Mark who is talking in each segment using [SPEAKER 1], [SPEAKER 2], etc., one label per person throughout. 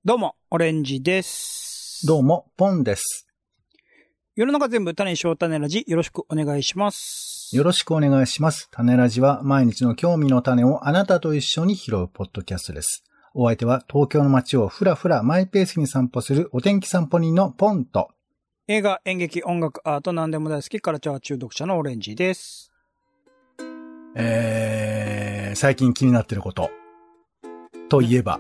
[SPEAKER 1] どうも、オレンジです。
[SPEAKER 2] どうも、ポンです。
[SPEAKER 1] 世の中全部種にしよう種ラジ、よろしくお願いします。
[SPEAKER 2] よろしくお願いします。種ラジは毎日の興味の種をあなたと一緒に拾うポッドキャストです。お相手は東京の街をふらふらマイペースに散歩するお天気散歩人のポンと、
[SPEAKER 1] 映画、演劇、音楽、アート、何でも大好きカルチャー中毒者のオレンジです。
[SPEAKER 2] 最近気になってること。といえば。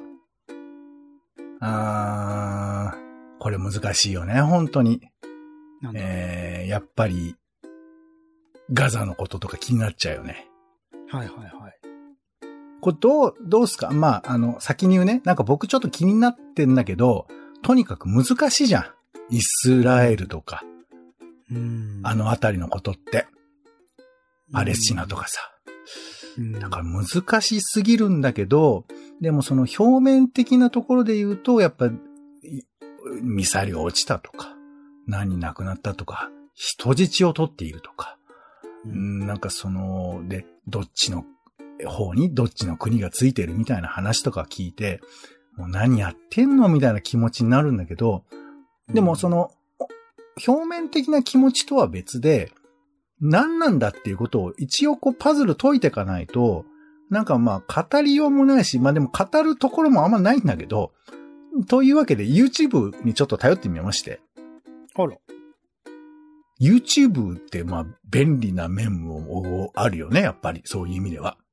[SPEAKER 2] これ難しいよね、本当に。やっぱり、ガザのこととか気になっちゃうよね。
[SPEAKER 1] はいはいはい。
[SPEAKER 2] これどうすか？まあ、先に言うね。なんか僕ちょっと気になってんだけど、とにかく難しいじゃん。イスラエルとか。あのあたりのことって。パレスチナとかさ。だから難しすぎるんだけど、でもその表面的なところで言うと、やっぱ、ミサイルが落ちたとか、何人亡くなったとか、人質を取っているとか、なんかで、どっちの方にどっちの国がついてるみたいな話とか聞いて、もう何やってんのみたいな気持ちになるんだけど、でも表面的な気持ちとは別で、何なんだっていうことを一応パズル解いていかないと、なんか語りようもないし、でも語るところもあんまないんだけど、というわけで YouTube にちょっと頼ってみまして。
[SPEAKER 1] あら。
[SPEAKER 2] YouTube って便利な面もあるよね、やっぱり。そういう意味では。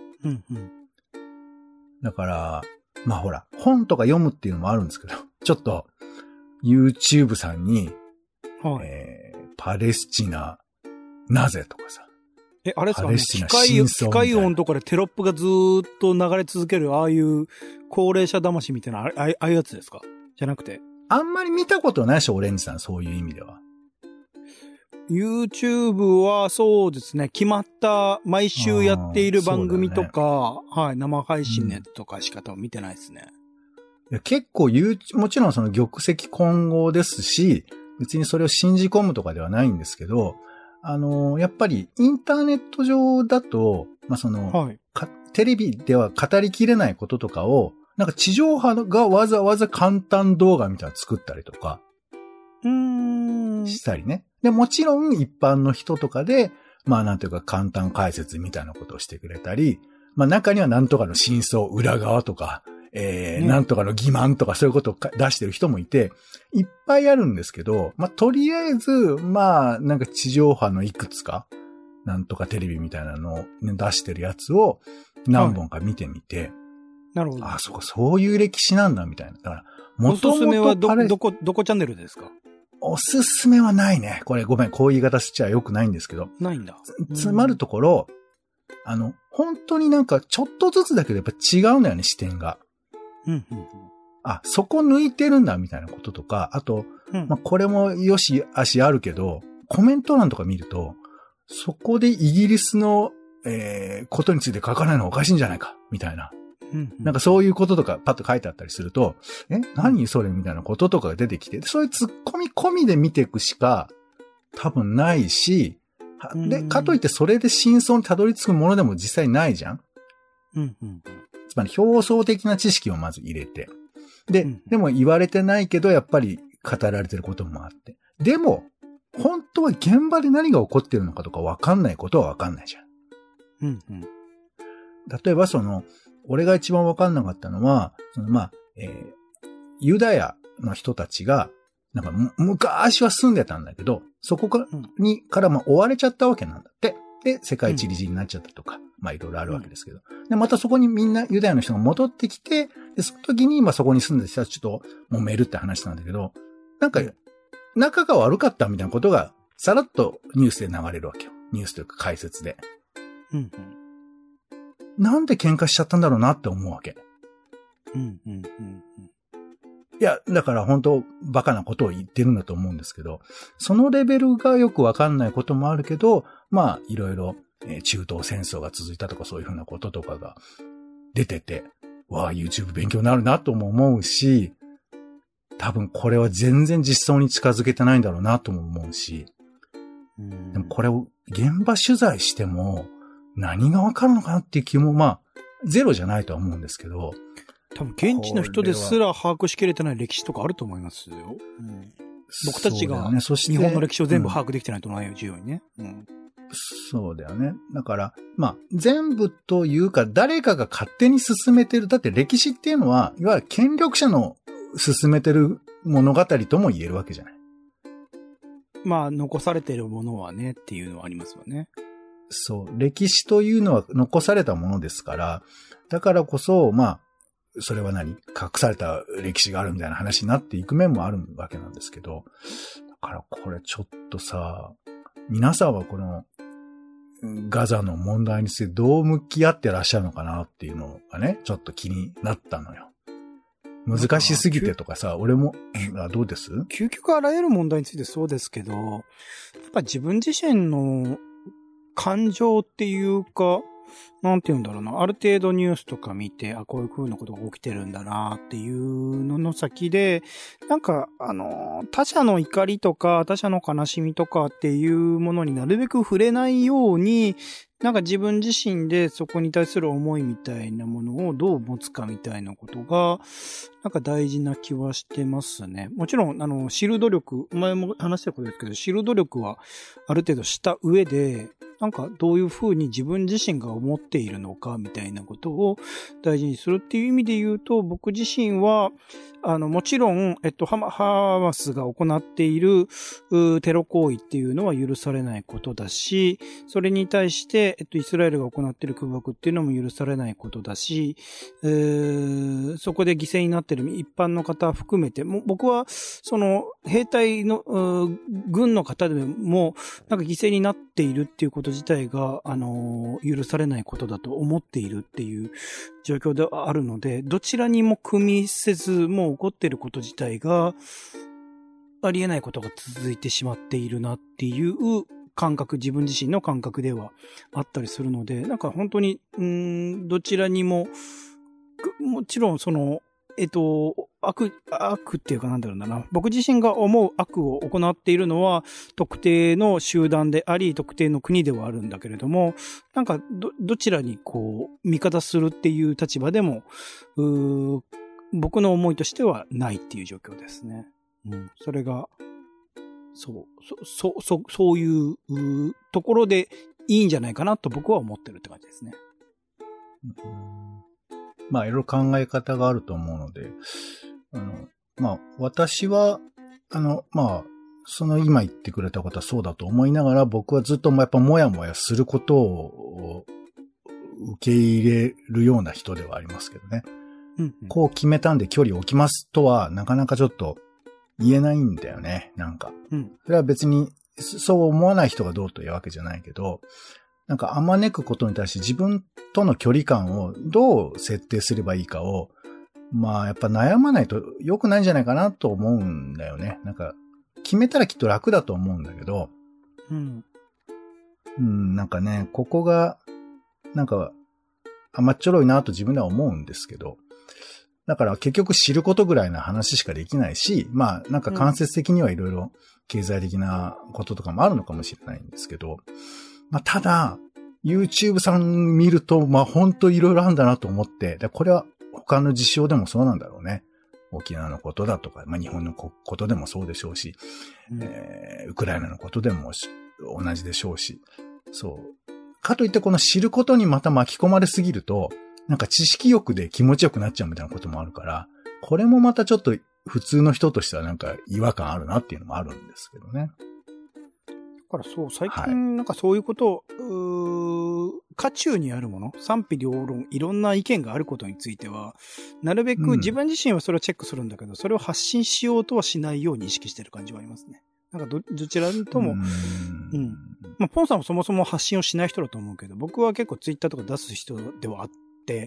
[SPEAKER 2] だから、ほら、本とか読むっていうのもあるんですけど、ちょっと YouTube さんに、パレスチナ、なぜとかさ。
[SPEAKER 1] あれですか機械音とかでテロップがずーっと流れ続ける、ああいう高齢者魂みたいな、ああいうやつですか？じゃなくて。
[SPEAKER 2] あんまり見たことないし、オレンジさん、そういう意味では。
[SPEAKER 1] YouTube はそうですね、決まった毎週やっている番組とか、生配信のやつとかしか多分見てないですね。
[SPEAKER 2] いや結構もちろんその玉石混合ですし、別にそれを信じ込むとかではないんですけど、やっぱりインターネット上だと、テレビでは語りきれないこととかを、なんか地上波がわざわざ簡単動画みたいなの作ったりとか、したりね。で、もちろん一般の人とかで、なんていうか簡単解説みたいなことをしてくれたり、中にはなんとかの真相、裏側とか、なんとかの欺瞞とかそういうことを出してる人もいて、いっぱいあるんですけど、とりあえず、なんか地上波のいくつか、なんとかテレビみたいなのを、出してるやつを何本か見てみて、
[SPEAKER 1] なるほど。
[SPEAKER 2] そういう歴史なんだ、みたいな。だから、
[SPEAKER 1] おすすめはどこチャンネルですか？
[SPEAKER 2] おすすめはないね。これごめん、こういう言い方しちゃ良くないんですけど。
[SPEAKER 1] ないんだ。
[SPEAKER 2] つまるところ、本当になんかちょっとずつだけどやっぱ違うんだよね、視点が。そこ抜いてるんだみたいなこととか、あと、これもよしあしあるけど、コメント欄とか見ると、そこでイギリスの、ことについて書かないのはおかしいんじゃないか、みたいな。なんかそういうこととかパッと書いてあったりすると、何それみたいなこととかが出てきて、そういう突っ込み込みで見ていくしか多分ないし、で、かといってそれで真相にたどり着くものでも実際ないじゃん。つまり表層的な知識をまず入れて。でも言われてないけど、やっぱり語られてることもあって。でも、本当は現場で何が起こってるのかとか分かんないことは分かんないじゃん。例えば俺が一番分かんなかったのは、ユダヤの人たちが、なんか昔は住んでたんだけど、そこから追われちゃったわけなんだって。で、世界一理事になっちゃったとか、いろいろあるわけですけど。で、またそこにみんなユダヤの人が戻ってきて、で、その時に、そこに住んでた人たちと揉めるって話なんだけど、なんか、仲が悪かったみたいなことが、さらっとニュースで流れるわけよ。ニュースというか解説で。なんで喧嘩しちゃったんだろうなって思うわけ。いや、だから本当バカなことを言ってるんだと思うんですけど、そのレベルがよくわかんないこともあるけど、いろいろ中東戦争が続いたとかそういうふうなこととかが出てて、YouTube 勉強になるなとも思うし、多分これは全然実相に近づけてないんだろうなとも思うし、でもこれを現場取材しても何がわかるのかなっていう気もゼロじゃないとは思うんですけど、
[SPEAKER 1] 多分現地の人ですら把握しきれてない歴史とかあると思いますよ。うん、僕たちが日本の歴史を全部把握できてないと同じようにね。うん、
[SPEAKER 2] そうだよね。だから、まあ、全部というか、誰かが勝手に進めてる。だって歴史っていうのは、いわゆる権力者の進めてる物語とも言えるわけじゃない。
[SPEAKER 1] まあ、残されてるものはねっていうのはありますよね。
[SPEAKER 2] そう。歴史というのは残されたものですから、だからこそ、まあ、それは隠された歴史があるみたいな話になっていく面もあるわけなんですけど、だからこれちょっとさ、皆さんはこのガザの問題についてどう向き合ってらっしゃるのかなっていうのがね、ちょっと気になったのよ。難しすぎてとかさ、俺も、どうです？
[SPEAKER 1] 究極あらゆる問題についてそうですけど、やっぱ自分自身の感情っていうか、なんて言うんだろうな、ある程度ニュースとか見て、こういう風なことが起きてるんだなっていうのの先で、他者の怒りとか、他者の悲しみとかっていうものになるべく触れないように、自分自身でそこに対する思いみたいなものをどう持つかみたいなことが、大事な気はしてますね。もちろん、知る努力、前も話したことですけど、知る努力はある程度した上で、どういうふうに自分自身が思っているのかみたいなことを大事にするっていう意味で言うと、僕自身は、もちろん、ハマスが行っているテロ行為っていうのは許されないことだし、それに対して、イスラエルが行っている空爆っていうのも許されないことだし、そこで犠牲になっている一般の方含めて、僕は、兵隊の、軍の方でも、犠牲になっているっていうこと自体が、許されないことだと思っているっていう状況であるので、どちらにも組みせず、もう起こっていること自体が、ありえないことが続いてしまっているなっていう感覚、自分自身の感覚ではあったりするので、本当に、どちらにも、もちろん悪っていうか僕自身が思う悪を行っているのは特定の集団であり、特定の国ではあるんだけれども、どちらに味方するっていう立場でも、僕の思いとしてはないっていう状況ですね。うん。それが、そういうところでいいんじゃないかなと僕は思ってるって感じですね。
[SPEAKER 2] まあ、いろいろ考え方があると思うので、まあ、私は、まあ、その今言ってくれたことはそうだと思いながら、僕はずっとやっぱもやもやすることを受け入れるような人ではありますけどね。うんうん、こう決めたんで距離を置きますとは、なかなかちょっと言えないんだよね、うん。それは別に、そう思わない人がどうというわけじゃないけど、あまねくことに対して自分との距離感をどう設定すればいいかを、まあやっぱ悩まないと良くないんじゃないかなと思うんだよね。決めたらきっと楽だと思うんだけど、ここが、甘っちょろいなと自分では思うんですけど、だから結局知ることぐらいな話しかできないし、まあ間接的にはいろいろ経済的なこととかもあるのかもしれないんですけど、まあただ、YouTube さん見ると、まあほんといろいろあるんだなと思って、これは他の事象でもそうなんだろうね。沖縄のことだとか、まあ日本のことでもそうでしょうし、ウクライナのことでも同じでしょうし、そう。かといってこの知ることにまた巻き込まれすぎると、知識欲で気持ちよくなっちゃうみたいなこともあるから、これもまたちょっと普通の人としては違和感あるなっていうのもあるんですけどね。
[SPEAKER 1] だから最近そういうことを、渦中にあるもの、賛否両論、いろんな意見があることについては、なるべく自分自身はそれをチェックするんだけど、それを発信しようとはしないように意識してる感じはありますね。どちらとも、まあ、ポンさんはそもそも発信をしない人だと思うけど、僕は結構ツイッターとか出す人ではあって、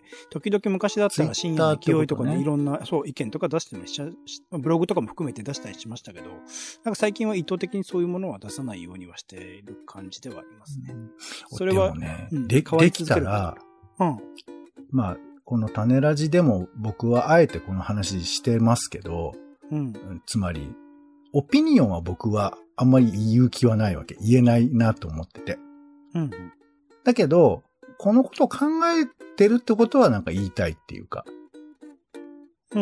[SPEAKER 1] 時々昔だったら深夜の勢いとかでいろんな、意見とか出してもブログとかも含めて出したりしましたけど、最近は意図的にそういうものは出さないようにはしている感じではありますね。それは、
[SPEAKER 2] ね、できたら、まあ、この種ラジでも僕はあえてこの話してますけど、つまり、オピニオンは僕はあんまり言う気はないわけ。言えないなと思ってて。だけど、このことを考えてるってことは言いたいっていうか。
[SPEAKER 1] うん、うん、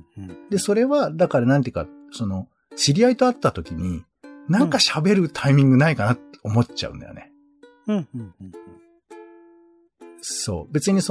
[SPEAKER 1] うん。
[SPEAKER 2] で、それは、だからなんていうか、知り合いと会った時に、なんか喋るタイミングないかなって思っちゃうんだよね。
[SPEAKER 1] うん、うん、うん。
[SPEAKER 2] そう。別に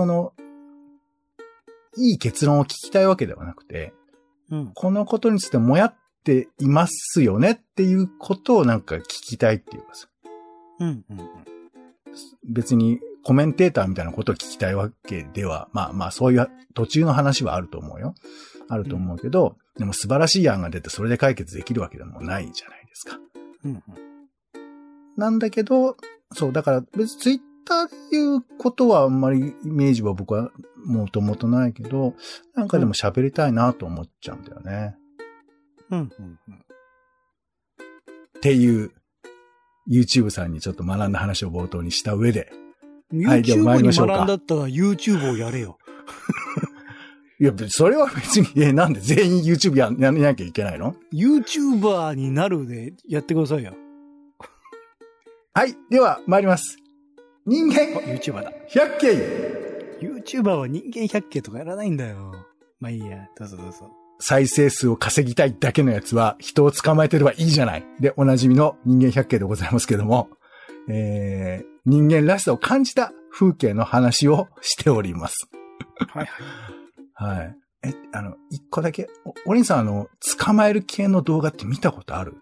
[SPEAKER 2] いい結論を聞きたいわけではなくて、
[SPEAKER 1] うん、
[SPEAKER 2] このことについてもやっていますよねっていうことをなんか聞きたいっていうかさ。
[SPEAKER 1] うん、うん。
[SPEAKER 2] 別にコメンテーターみたいなことを聞きたいわけでは、まあまあそういう途中の話はあると思うよ。あると思うけど、でも素晴らしい案が出てそれで解決できるわけでもないじゃないですか。
[SPEAKER 1] うん、うん。
[SPEAKER 2] なんだけど、そう、だから別にツイッターっていうことはあんまりイメージは僕はもともとないけど、なんかでも喋りたいなと思っちゃうんだよね。
[SPEAKER 1] うん、うん、うん。
[SPEAKER 2] っていう、YouTube さんにちょっと学んだ話を冒頭にした上で。
[SPEAKER 1] はい、では参りましょうか。YouTube に学んだったら YouTube をやれよ。
[SPEAKER 2] いや、それは別に、なんで全員 YouTube やんなきゃいけないの？
[SPEAKER 1] YouTuber になるでやってくださいよ。
[SPEAKER 2] はい、では参ります。人間
[SPEAKER 1] YouTuber だ。
[SPEAKER 2] 100件
[SPEAKER 1] YouTuber は人間100件とかやらないんだよ。まあいいや、どうぞどうぞ。
[SPEAKER 2] 再生数を稼ぎたいだけのやつは人を捕まえてればいいじゃない。で、おなじみの人間100件でございますけども、人間らしさを感じた風景の話をしております。
[SPEAKER 1] はいはい。
[SPEAKER 2] はい。一個だけ、おりんさん捕まえる系の動画って見たことある？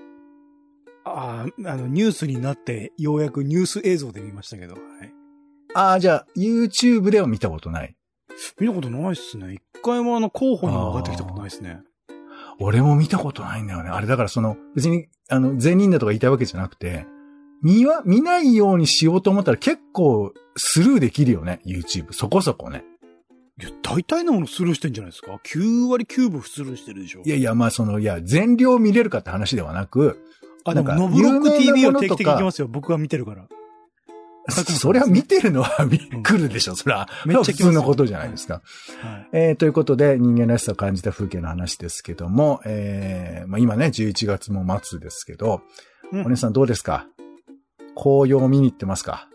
[SPEAKER 1] ニュースになってようやくニュース映像で見ましたけど、
[SPEAKER 2] はい。じゃあ、YouTube では見たことない？
[SPEAKER 1] 見たことないっすね。一回も候補に上がってきたことないっすね。
[SPEAKER 2] 俺も見たことないんだよね。あれだから別に、善人だとか言いたいわけじゃなくて、見ないようにしようと思ったら結構スルーできるよね、YouTube。そこそこね。
[SPEAKER 1] いや、大体のものスルーしてんじゃないですか？ 9 割9分スルーしてるでしょ。
[SPEAKER 2] いやいや、まあ全量見れるかって話ではなく、
[SPEAKER 1] でも、ノブロック TV を定期的に行きますよ。僕は見てるから。
[SPEAKER 2] それは見てるのは来るでしょ、それは。めっちゃ普通のことじゃないですか。はい。ということで、人間らしさを感じた風景の話ですけども、まあ今ね、11月も末ですけど、お姉さんどうですか？紅葉見に行ってますか？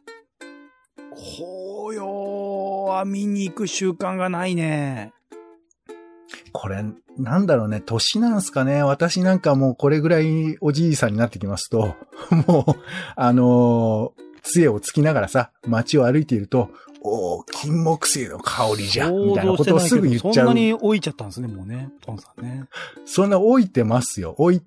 [SPEAKER 1] 紅葉は見に行く習慣がないね。
[SPEAKER 2] これ、なんだろうね、年なんすかね。私なんかもうこれぐらいおじいさんになってきますと、もう、杖をつきながらさ、街を歩いていると、金木犀の香りじゃん、みたいなことをすぐ言っちゃう。
[SPEAKER 1] そんなに置いちゃったんですね、もうね、トンさんね。
[SPEAKER 2] そんな置いてますよ。お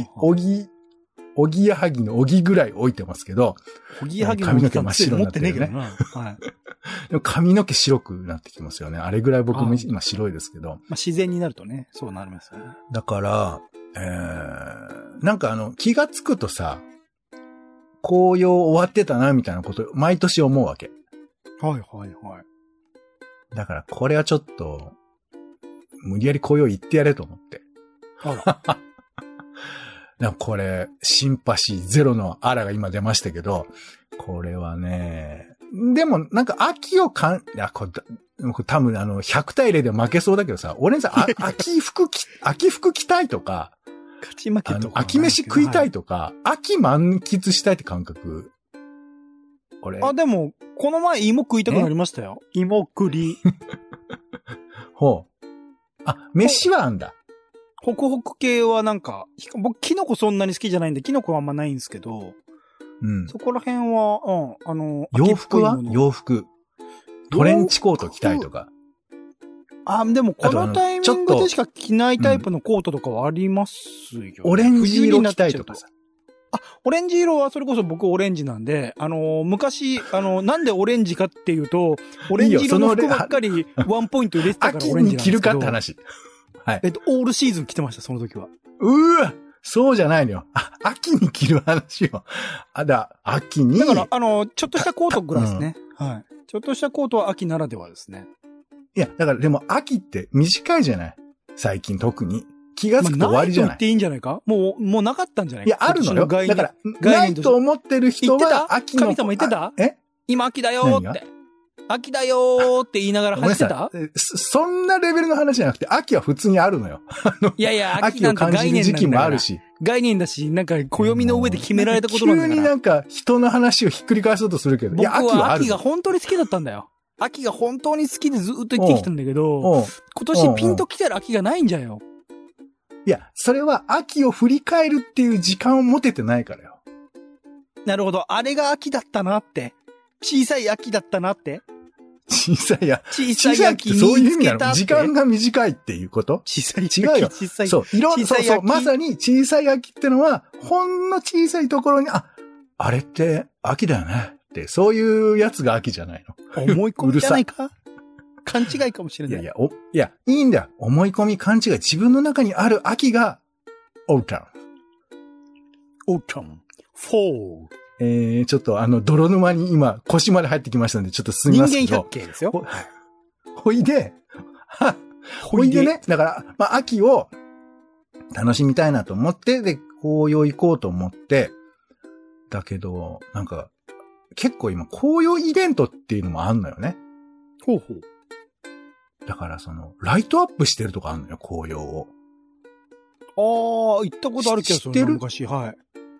[SPEAKER 2] ぎやはぎのおぎぐらい置いてますけど、髪の毛真っ白になってるね。はい。でも髪の毛白くなってきますよね。あれぐらい僕も今白いですけど。
[SPEAKER 1] まあ自然になるとね、そうなりますよね。
[SPEAKER 2] だから、なんか気がつくとさ、紅葉終わってたな、みたいなこと、毎年思うわけ。
[SPEAKER 1] はいはいはい。
[SPEAKER 2] だからこれはちょっと、無理やり紅葉行ってやれと思って。
[SPEAKER 1] あら。
[SPEAKER 2] なんかこれ、シンパシーゼロのアラが今出ましたけど、これはね、でもなんか秋をこれ多分100対0で負けそうだけどさ、俺さ、秋服着たいとか、
[SPEAKER 1] 勝ち負けとか。
[SPEAKER 2] 秋飯食いたいとか、秋満喫したいって感覚。
[SPEAKER 1] でも、この前芋食いたくなりましたよ。芋栗。
[SPEAKER 2] ほう。飯はあんだ。
[SPEAKER 1] ホクホク系はなんか、僕キノコそんなに好きじゃないんで、キノコはあんまないんですけど、そこら辺は、
[SPEAKER 2] 洋服は洋服。トレンチコート着たいとか。
[SPEAKER 1] でもこのタイミングでしか着ないタイプのコートとかはありますよ、ね。
[SPEAKER 2] オレンジ色着たいとかさ。
[SPEAKER 1] オレンジ色はそれこそ僕オレンジなんで、昔、なんでオレンジかっていうと、オレンジ色の服ばっかりワンポイント入れてたからオレンジなんですけど。秋に
[SPEAKER 2] 着るかって話。はい。
[SPEAKER 1] オールシーズン着てました、その時は。
[SPEAKER 2] そうじゃないのよ。秋に着る話を。秋に。
[SPEAKER 1] だから、ちょっとしたコートぐらいですね。はい。ちょっとしたコートは秋ならではですね。
[SPEAKER 2] いや、だからでも秋って短いじゃない？最近特に。気がつくと終わりじゃない？
[SPEAKER 1] ないと言っていいんじゃないか？もうなかったんじゃないか？
[SPEAKER 2] いや、あるのよ。だから、ないと思ってる人は秋の。
[SPEAKER 1] 神様言ってた？今秋だよーって。秋だよーって言いながら走ってた？
[SPEAKER 2] そんなレベルの話じゃなくて、秋は普通にあるのよ。
[SPEAKER 1] いやいや、
[SPEAKER 2] 秋を感じる時期もあるし。
[SPEAKER 1] 概念だし、なんか暦の上で決められたことなんだから。
[SPEAKER 2] 急になんか人の話をひっくり返そうとするけど、
[SPEAKER 1] 僕は秋が本当に好きだったんだよ。 秋が本当に好きでずっと言ってきたんだけど、今年ピンと来てる秋がないんじゃよ。
[SPEAKER 2] いや、それは秋を振り返るっていう時間を持ててないからよ。
[SPEAKER 1] なるほど。あれが秋だったなって。小さい秋だったなって。
[SPEAKER 2] 小さい秋
[SPEAKER 1] 見つけたって。
[SPEAKER 2] 時間が短いっていうこと？
[SPEAKER 1] 小さい秋。
[SPEAKER 2] 違うよ。そう、そう、まさに小さい秋ってのは、ほんの小さいところに、あれって秋だよねって、そういうやつが秋じゃないの。
[SPEAKER 1] 思い込みじゃないか勘違いかもしれない。
[SPEAKER 2] いや、いいんだよ。思い込み、勘違い。自分の中にある秋が、autumn。fall。ちょっと泥沼に今、腰まで入ってきましたんで、ちょっと進みますけど。
[SPEAKER 1] 人間百景ですよ。
[SPEAKER 2] ほいでね、だから、秋を楽しみたいなと思って、で、紅葉行こうと思って、だけど、なんか、結構今、紅葉イベントっていうのもあんのよね。
[SPEAKER 1] ほうほう。
[SPEAKER 2] だからライトアップしてるとこあんのよ、紅葉を。
[SPEAKER 1] 行ったことある気がする。知ってる？昔、はい。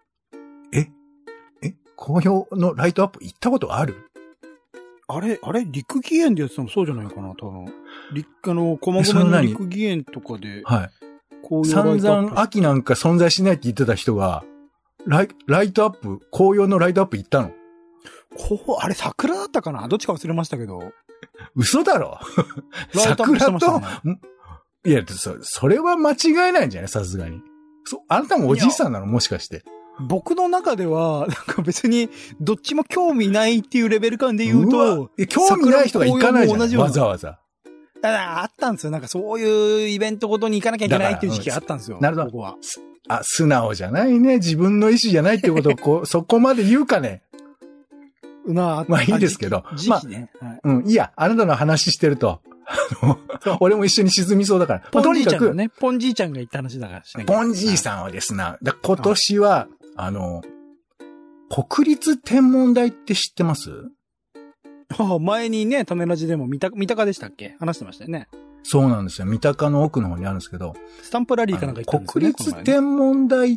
[SPEAKER 2] 紅葉のライトアップ行ったことある？
[SPEAKER 1] あれ陸義園でやってたのそうじゃないかな、多分。駒込の陸義園とかで。
[SPEAKER 2] はい。散々秋なんか存在しないって言ってた人が、ライトアップ、紅葉のライトアップ行ったの？
[SPEAKER 1] あれ桜だったかな？どっちか忘れましたけど。
[SPEAKER 2] 嘘だろ桜と、いや、それは間違いないんじゃない？さすがに。あなたもおじいさんなの？もしかして。
[SPEAKER 1] 僕の中では、なんか別に、どっちも興味ないっていうレベル感で言うと、
[SPEAKER 2] 興味ない人が行かないじゃん。わざわざ。
[SPEAKER 1] あったんですよ。なんかそういうイベントごとに行かなきゃいけないっていう時期があったんですよ。
[SPEAKER 2] なるほど。
[SPEAKER 1] ここは。
[SPEAKER 2] 素直じゃないね。自分の意思じゃないってことをそこまで言うかね。まあいいですけど。
[SPEAKER 1] 時期ね。
[SPEAKER 2] いや、あなたの話してると、俺も一緒に沈みそうだから。
[SPEAKER 1] ポンじいちゃんがね、ポンじいちゃんが言った話だからしなきゃ。
[SPEAKER 2] ポンじいさんはですな、今年は、国立天文台って知ってます？
[SPEAKER 1] 前にね、種ラジでも三鷹でしたっけ？話してましたよね。
[SPEAKER 2] そうなんですよ。三鷹の奥の方にあるんですけど。
[SPEAKER 1] スタンプラリーかなんか行ったんですよね。
[SPEAKER 2] 国立天文台って、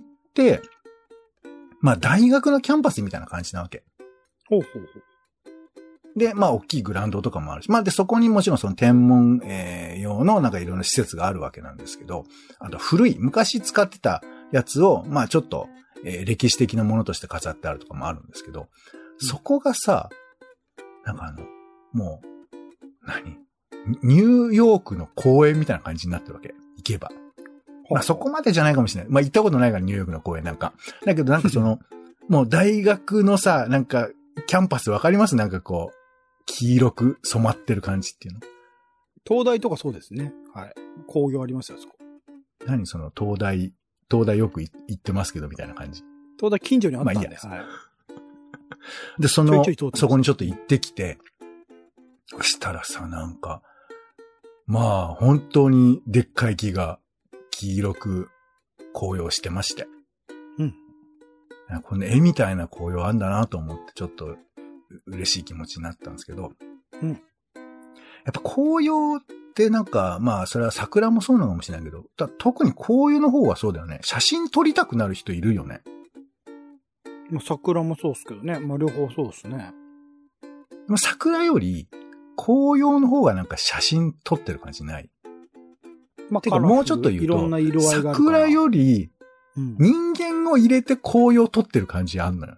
[SPEAKER 2] 大学のキャンパスみたいな感じなわけ。
[SPEAKER 1] ほう。
[SPEAKER 2] で、大きいグラウンドとかもあるし、で、そこにもちろんその天文、用のなんかいろんな施設があるわけなんですけど、あと昔使ってたやつを、ちょっと、歴史的なものとして飾ってあるとかもあるんですけど、そこがさ、なんかもう、ニューヨークの公園みたいな感じになってるわけ。行けば。そこまでじゃないかもしれない。行ったことないからニューヨークの公園なんか。だけどなんかもう大学のさ、なんか、キャンパスわかります？なんか黄色く染まってる感じっていうの。
[SPEAKER 1] 東大とかそうですね。はい。工業ありますよ、そこ。
[SPEAKER 2] 何東大よく行ってますけど、みたいな感じ。
[SPEAKER 1] 東大近所にあったんで。
[SPEAKER 2] いいや。はい。で、そこにちょっと行ってきて、そしたらさ、なんか、本当にでっかい木が黄色く紅葉してまして。
[SPEAKER 1] うん。
[SPEAKER 2] この絵みたいな紅葉あんだなと思って、ちょっと嬉しい気持ちになったんですけど。
[SPEAKER 1] うん。
[SPEAKER 2] やっぱ紅葉ってなんか、それは桜もそうなのかもしれないけど、特に紅葉の方はそうだよね。写真撮りたくなる人いるよね。
[SPEAKER 1] 桜もそうっすけどね。両方そうっすね。
[SPEAKER 2] 桜より、紅葉の方がなんか写真撮ってる感じない？てかもうちょっと言うと、
[SPEAKER 1] いろんな色合いがあるから。
[SPEAKER 2] 桜より、人間を入れて紅葉撮ってる感じあんのよ。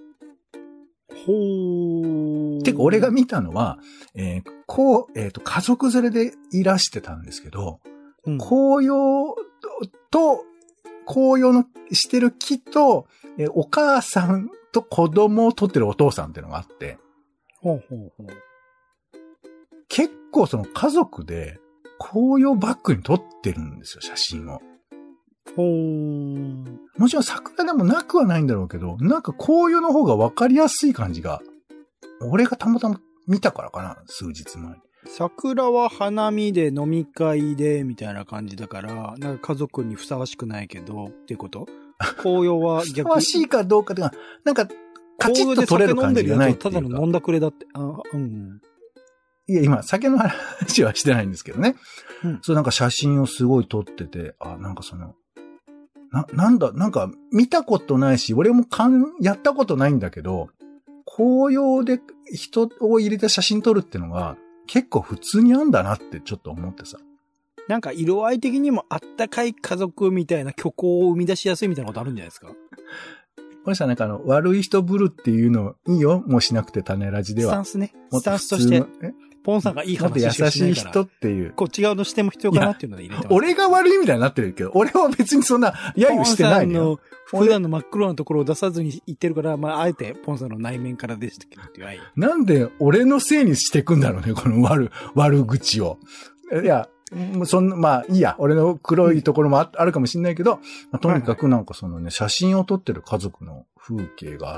[SPEAKER 2] てか、俺が見たのは、家族連れでいらしてたんですけど、紅葉と、紅葉のしてる木と、お母さんと子供を撮ってるお父さんっていうのがあって、結構その家族で紅葉バックに撮ってるんですよ、写真を。もちろん桜でもなくはないんだろうけど、なんか紅葉の方が分かりやすい感じが、俺がたまたま見たからかな、数日前に。
[SPEAKER 1] 桜は花見で飲み会でみたいな感じだから、なんか家族にふさわしくないけどっていうこと？紅葉は逆に。ふさわ
[SPEAKER 2] しいかどうかっていうか、なんかカチッと取れる感じがないっていうか。
[SPEAKER 1] ただの飲んだくれだって。
[SPEAKER 2] いや、今、酒の話はしてないんですけどね。そう、なんか写真をすごい撮ってて、なんかなんか見たことないし、俺もやったことないんだけど、 紅葉で人を入れた写真撮るってのが結構普通にあんだなってちょっと思ってさ。
[SPEAKER 1] なんか色合い的にもあったかい家族みたいな虚構を生み出しやすいみたいなことあるんじゃないですか？
[SPEAKER 2] これさ、なんか悪い人ぶるっていうのいいよ、もうしなくて種ラジでは。
[SPEAKER 1] スタンスね。スタンスとして、ポンさんがいい話しかしないから。
[SPEAKER 2] もっと優しい人っていう。
[SPEAKER 1] こっち側の視点も必要かなっていうので入れてます。
[SPEAKER 2] 俺が悪いみたいになってるけど、俺は別にそんな揶揄してないの。
[SPEAKER 1] 普段の真っ黒なところを出さずに言ってるから、まあ、あえてポンさんの内面からでしたけどっていう愛。
[SPEAKER 2] なんで俺のせいにしてくんだろうね、この悪口を。いや、まあいいや、俺の黒いところもあるかもしれないけど、まあ、とにかくなんかそのね、写真を撮ってる家族の風景があって、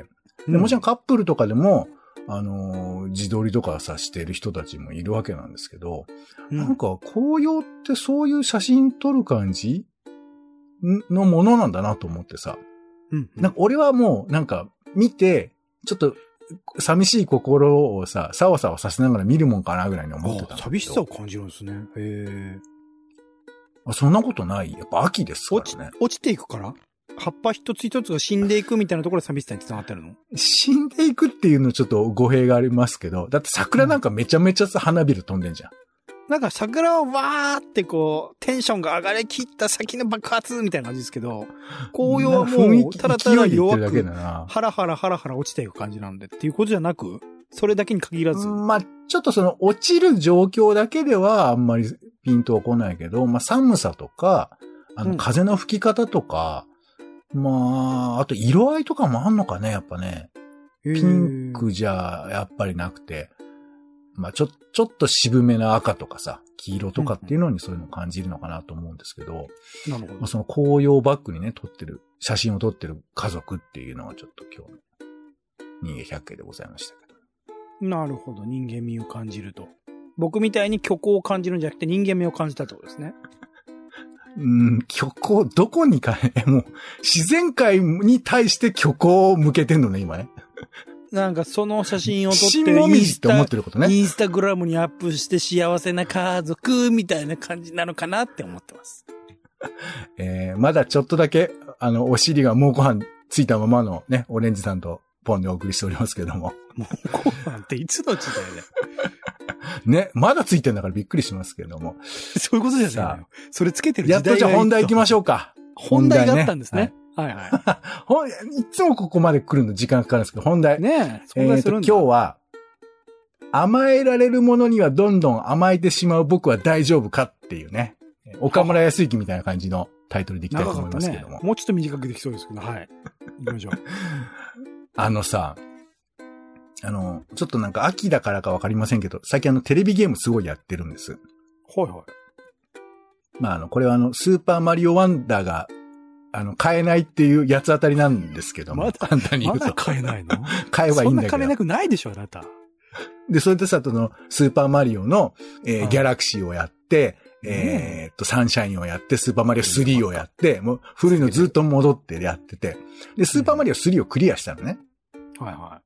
[SPEAKER 2] でもちろんカップルとかでも、自撮りとかさ、してる人たちもいるわけなんですけど、なんか紅葉ってそういう写真撮る感じのものなんだなと思ってさ、なんか俺はもうなんか見て、ちょっと寂しい心をさ、さわさわさせながら見るもんかなぐらいに思ってたんだけど。
[SPEAKER 1] 寂しさを感じるんですね。へ
[SPEAKER 2] え。そんなことない。やっぱ秋ですからね。
[SPEAKER 1] 落ちていくから？葉っぱ一つ一つが死んでいくみたいなところで寂しさに繋がってるの？
[SPEAKER 2] 死んでいくっていうのちょっと語弊がありますけど、だって桜なんかめちゃめちゃ花びら飛んでんじゃん。
[SPEAKER 1] なんか桜をわーってこう、テンションが上がりきった先の爆発みたいな感じですけど、紅葉はもうただただ弱く、ハラハラハラハラ落ちていく感じなんでっていうことじゃなく、それだけに限らず。
[SPEAKER 2] まあ、ちょっとその落ちる状況だけではあんまりピンとは来ないけど、まあ寒さとか、風の吹き方とか、まあ、あと色合いとかもあんのかね、やっぱね。ピンクじゃやっぱりなくて、まあちょっと渋めな赤とかさ、黄色とかっていうのにそういうのを感じるのかなと思うんですけど、
[SPEAKER 1] なるほど。
[SPEAKER 2] まあ、その紅葉バックにね、写真を撮ってる家族っていうのはちょっと今日の人間百景でございましたけ
[SPEAKER 1] ど。なるほど、人間味を感じると。僕みたいに虚構を感じるんじゃなくて人間味を感じたってことですね。
[SPEAKER 2] 虚構、どこにもう、自然界に対して虚構を向けてんのね、今ね。
[SPEAKER 1] なんかその写真を撮って
[SPEAKER 2] インス
[SPEAKER 1] タグラムにアップして幸せな家族みたいな感じなのかなって思ってます。
[SPEAKER 2] まだちょっとだけ、お尻がもうご飯ついたままのね、オレンジさんとポンでお送りしておりますけども。
[SPEAKER 1] もうご飯っていつの時代だよ。
[SPEAKER 2] ね、まだついてんだからびっくりしますけども。
[SPEAKER 1] そういうことじゃないのよ。それつけてる時代が
[SPEAKER 2] やっとじゃあ本題行きましょうか。
[SPEAKER 1] 本題があったんですね。はい
[SPEAKER 2] はい。いつもここまで来るの時間かかるんですけど、本題。
[SPEAKER 1] ねえ、
[SPEAKER 2] 今日は、甘えられるものにはどんどん甘えてしまう僕は大丈夫かっていうね。岡村康之みたいな感じのタイトルでいきたいと思いますけども。
[SPEAKER 1] もうちょっと短くできそうですけど、はい。行きましょう。
[SPEAKER 2] さ、ちょっとなんか秋だからかわかりませんけど、最近テレビゲームすごいやってるんです。
[SPEAKER 1] はいはい。
[SPEAKER 2] まあこれはスーパーマリオワンダーが、買えないっていう八つ当たりなんですけども。簡単に言うと。
[SPEAKER 1] まだ買えないの？
[SPEAKER 2] 買えばいいんだけど。
[SPEAKER 1] そんな金なくないでしょ、あなた。
[SPEAKER 2] で、それでさ、スーパーマリオの、ギャラクシーをやって、サンシャインをやって、スーパーマリオ3をやって、もう古いのずっと戻ってやってて。で、スーパーマリオ3をクリアしたのね。
[SPEAKER 1] はいはい。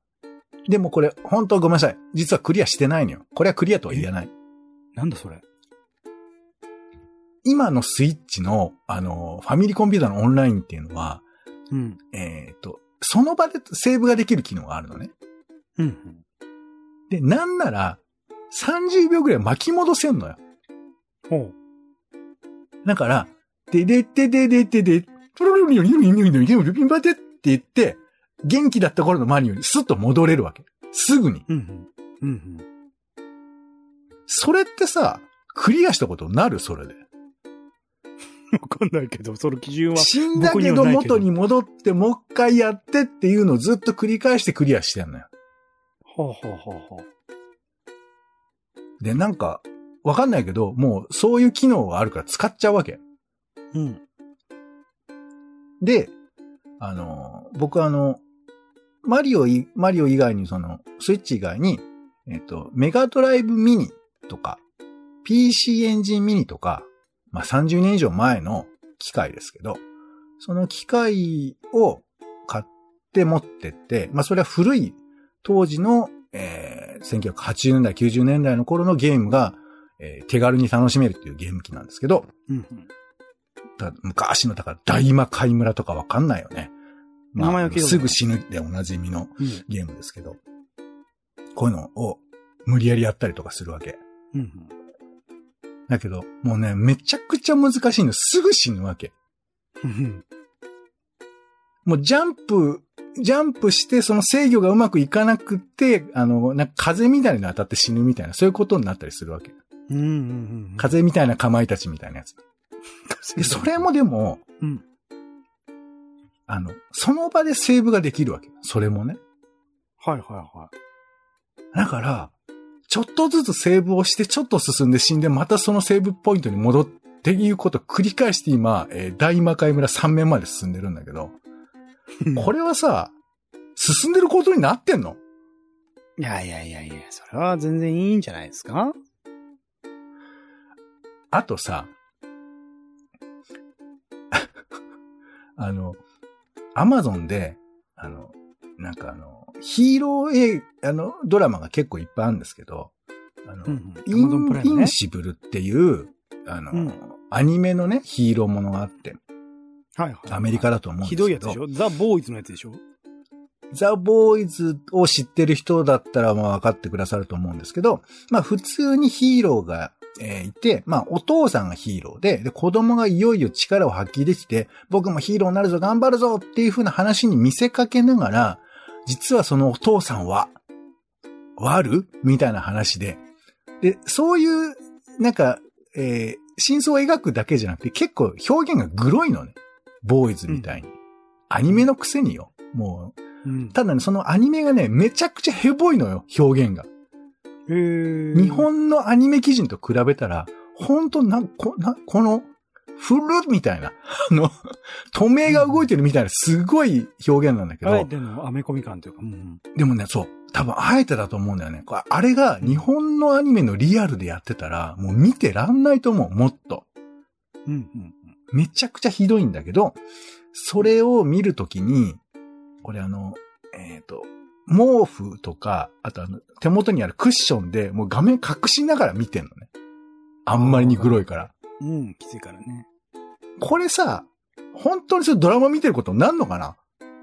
[SPEAKER 2] でもこれ、本当ごめんなさい。実はクリアしてないのよ。これはクリアとは言えない。
[SPEAKER 1] なんだそれ。
[SPEAKER 2] 今のスイッチの、ファミリーコンピューターのオンラインっていうのは、その場でセーブができる機能があるのね。で、なんなら、30秒ぐらい巻き戻せんのよ。だから、で、プロロミオニミニミニミピンバテって言って、元気だった頃のマリオにスッと戻れるわけ。すぐに。それってさ、クリアしたことになる？それで。
[SPEAKER 1] わかんないけど、その基準は。
[SPEAKER 2] 死んだけど元に戻ってもう一回やってっていうのをずっと繰り返してクリアしてんのよ。で、なんか、わかんないけど、もうそういう機能があるから使っちゃうわけ。で、僕マリオ以外にスイッチ以外に、メガドライブミニとか、PC エンジンミニとか、まあ、30年以上前の機械ですけど、その機械を買って持ってって、まあ、それは古い当時の、1980年代、90年代の頃のゲームが、手軽に楽しめるっていうゲーム機なんですけど、昔の、だから大魔界村とかわかんないよね。 まあ、すぐ死ぬでおなじみのゲームですけど、こういうのを無理やりやったりとかするわけ。だけど、もうね、めちゃくちゃ難しいの。すぐ死ぬわけ。もうジャンプして、その制御がうまくいかなくて、なんか風みたいなの当たって死ぬみたいな、そういうことになったりするわけ。風みたいなかまいたちみたいなやつ。で、それもでも、その場でセーブができるわけ。それもね。
[SPEAKER 1] はいはいはい。
[SPEAKER 2] だから、ちょっとずつセーブをして、ちょっと進んで死んで、またそのセーブポイントに戻っていうことを繰り返して今、大魔界村3面まで進んでるんだけど、これはさ、進んでることになってんの？
[SPEAKER 1] いや、それは全然いいんじゃないですか？
[SPEAKER 2] あとさ、アマゾンで、なんかヒーロードラマが結構いっぱいあるんですけど、インシブルっていう、アニメのね、ヒーローものがあって、はいはい。アメリカだと思うんですけど。
[SPEAKER 1] ひどいやつでしょ？ザ・ボーイズのやつでしょ？
[SPEAKER 2] ザ・ボーイズを知ってる人だったらまあ分かってくださると思うんですけど、まあ普通にヒーローが、いて、まあお父さんがヒーローで、子供がいよいよ力を発揮できて、僕もヒーローになるぞ、頑張るぞっていう風な話に見せかけながら、実はそのお父さんは、悪みたいな話で、で、そういう、なんか、真相を描くだけじゃなくて、結構表現がグロいのね。ボーイズみたいに。アニメのくせによ。もう、ただね、そのアニメがね、めちゃくちゃヘボいのよ、表現が。日本のアニメ基準と比べたら、ほんとこの、フルみたいな、透明が動いてるみたいなすごい表現なんだけど。
[SPEAKER 1] あえてのアメコミ感というか。
[SPEAKER 2] でもね、そう。多分あえてだと思うんだよね。あれが日本のアニメのリアルでやってたら、もう見てらんないと思う、もっと。めちゃくちゃひどいんだけど、それを見るときに、これ毛布とか、あと手元にあるクッションで、もう画面隠しながら見てんのね。あんまりにグロいから。
[SPEAKER 1] きついからね。
[SPEAKER 2] これさ、本当にそれドラマ見てることになるのかな？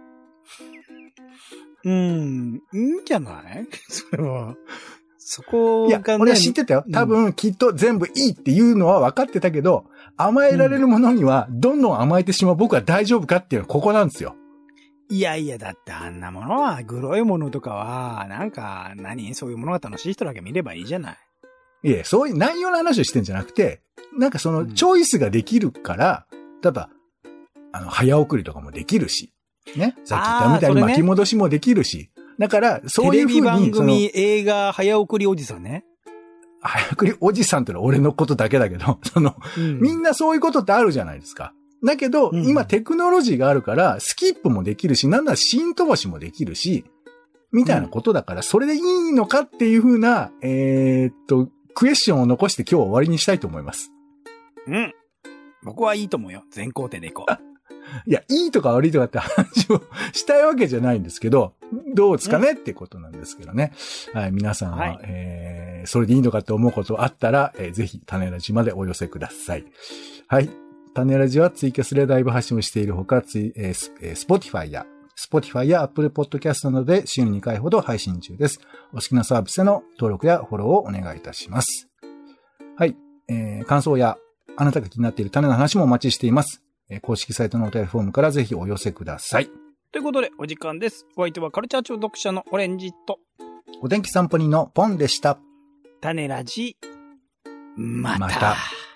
[SPEAKER 1] いいんじゃないそれは。そこがね。
[SPEAKER 2] いや、俺は知ってたよ。多分、きっと全部いいっていうのは分かってたけど、甘えられるものには、どんどん甘えてしまう僕は大丈夫かっていうのはここなんですよ。
[SPEAKER 1] いや、だってあんなものは、グロいものとかは、なんか、そういうものが楽しい人だけ見ればいいじゃない。
[SPEAKER 2] いや、そういう内容の話をしてんじゃなくて、なんかその、チョイスができるから、例えば、早送りとかもできるし、ね。さっき言ったみたいに巻き戻しもできるし、だから、そういう風に。テレビ番組、
[SPEAKER 1] 映画、早送りおじさんね。
[SPEAKER 2] 早送りおじさんってのは俺のことだけだけど、みんなそういうことってあるじゃないですか。だけど、今テクノロジーがあるから、スキップもできるし、なんなら新飛ばしもできるし、みたいなことだから、それでいいのかっていう風な、クエスチョンを残して今日は終わりにしたいと思います。
[SPEAKER 1] 僕はいいと思うよ。全工程でいこう。
[SPEAKER 2] いや、いいとか悪いとかって話をしたいわけじゃないんですけど、どうですかねってことなんですけどね。はい、皆さんは、はい、それでいいのかって思うことあったら、ぜひ、種ラジまでお寄せください。はい。種ラジはツイキャスでライブ配信をしているほか、Spotify や Apple Podcast などで週に2回ほど配信中です。お好きなサービスへの登録やフォローをお願いいたします。はい。感想やあなたが気になっている種の話もお待ちしています。公式サイトのお便りフォームからぜひお寄せください。
[SPEAKER 1] ということで、お時間です。お相手はカルチャー中読者のオレンジと、
[SPEAKER 2] お天気散歩人のポンでした。
[SPEAKER 1] 種ラジ、また。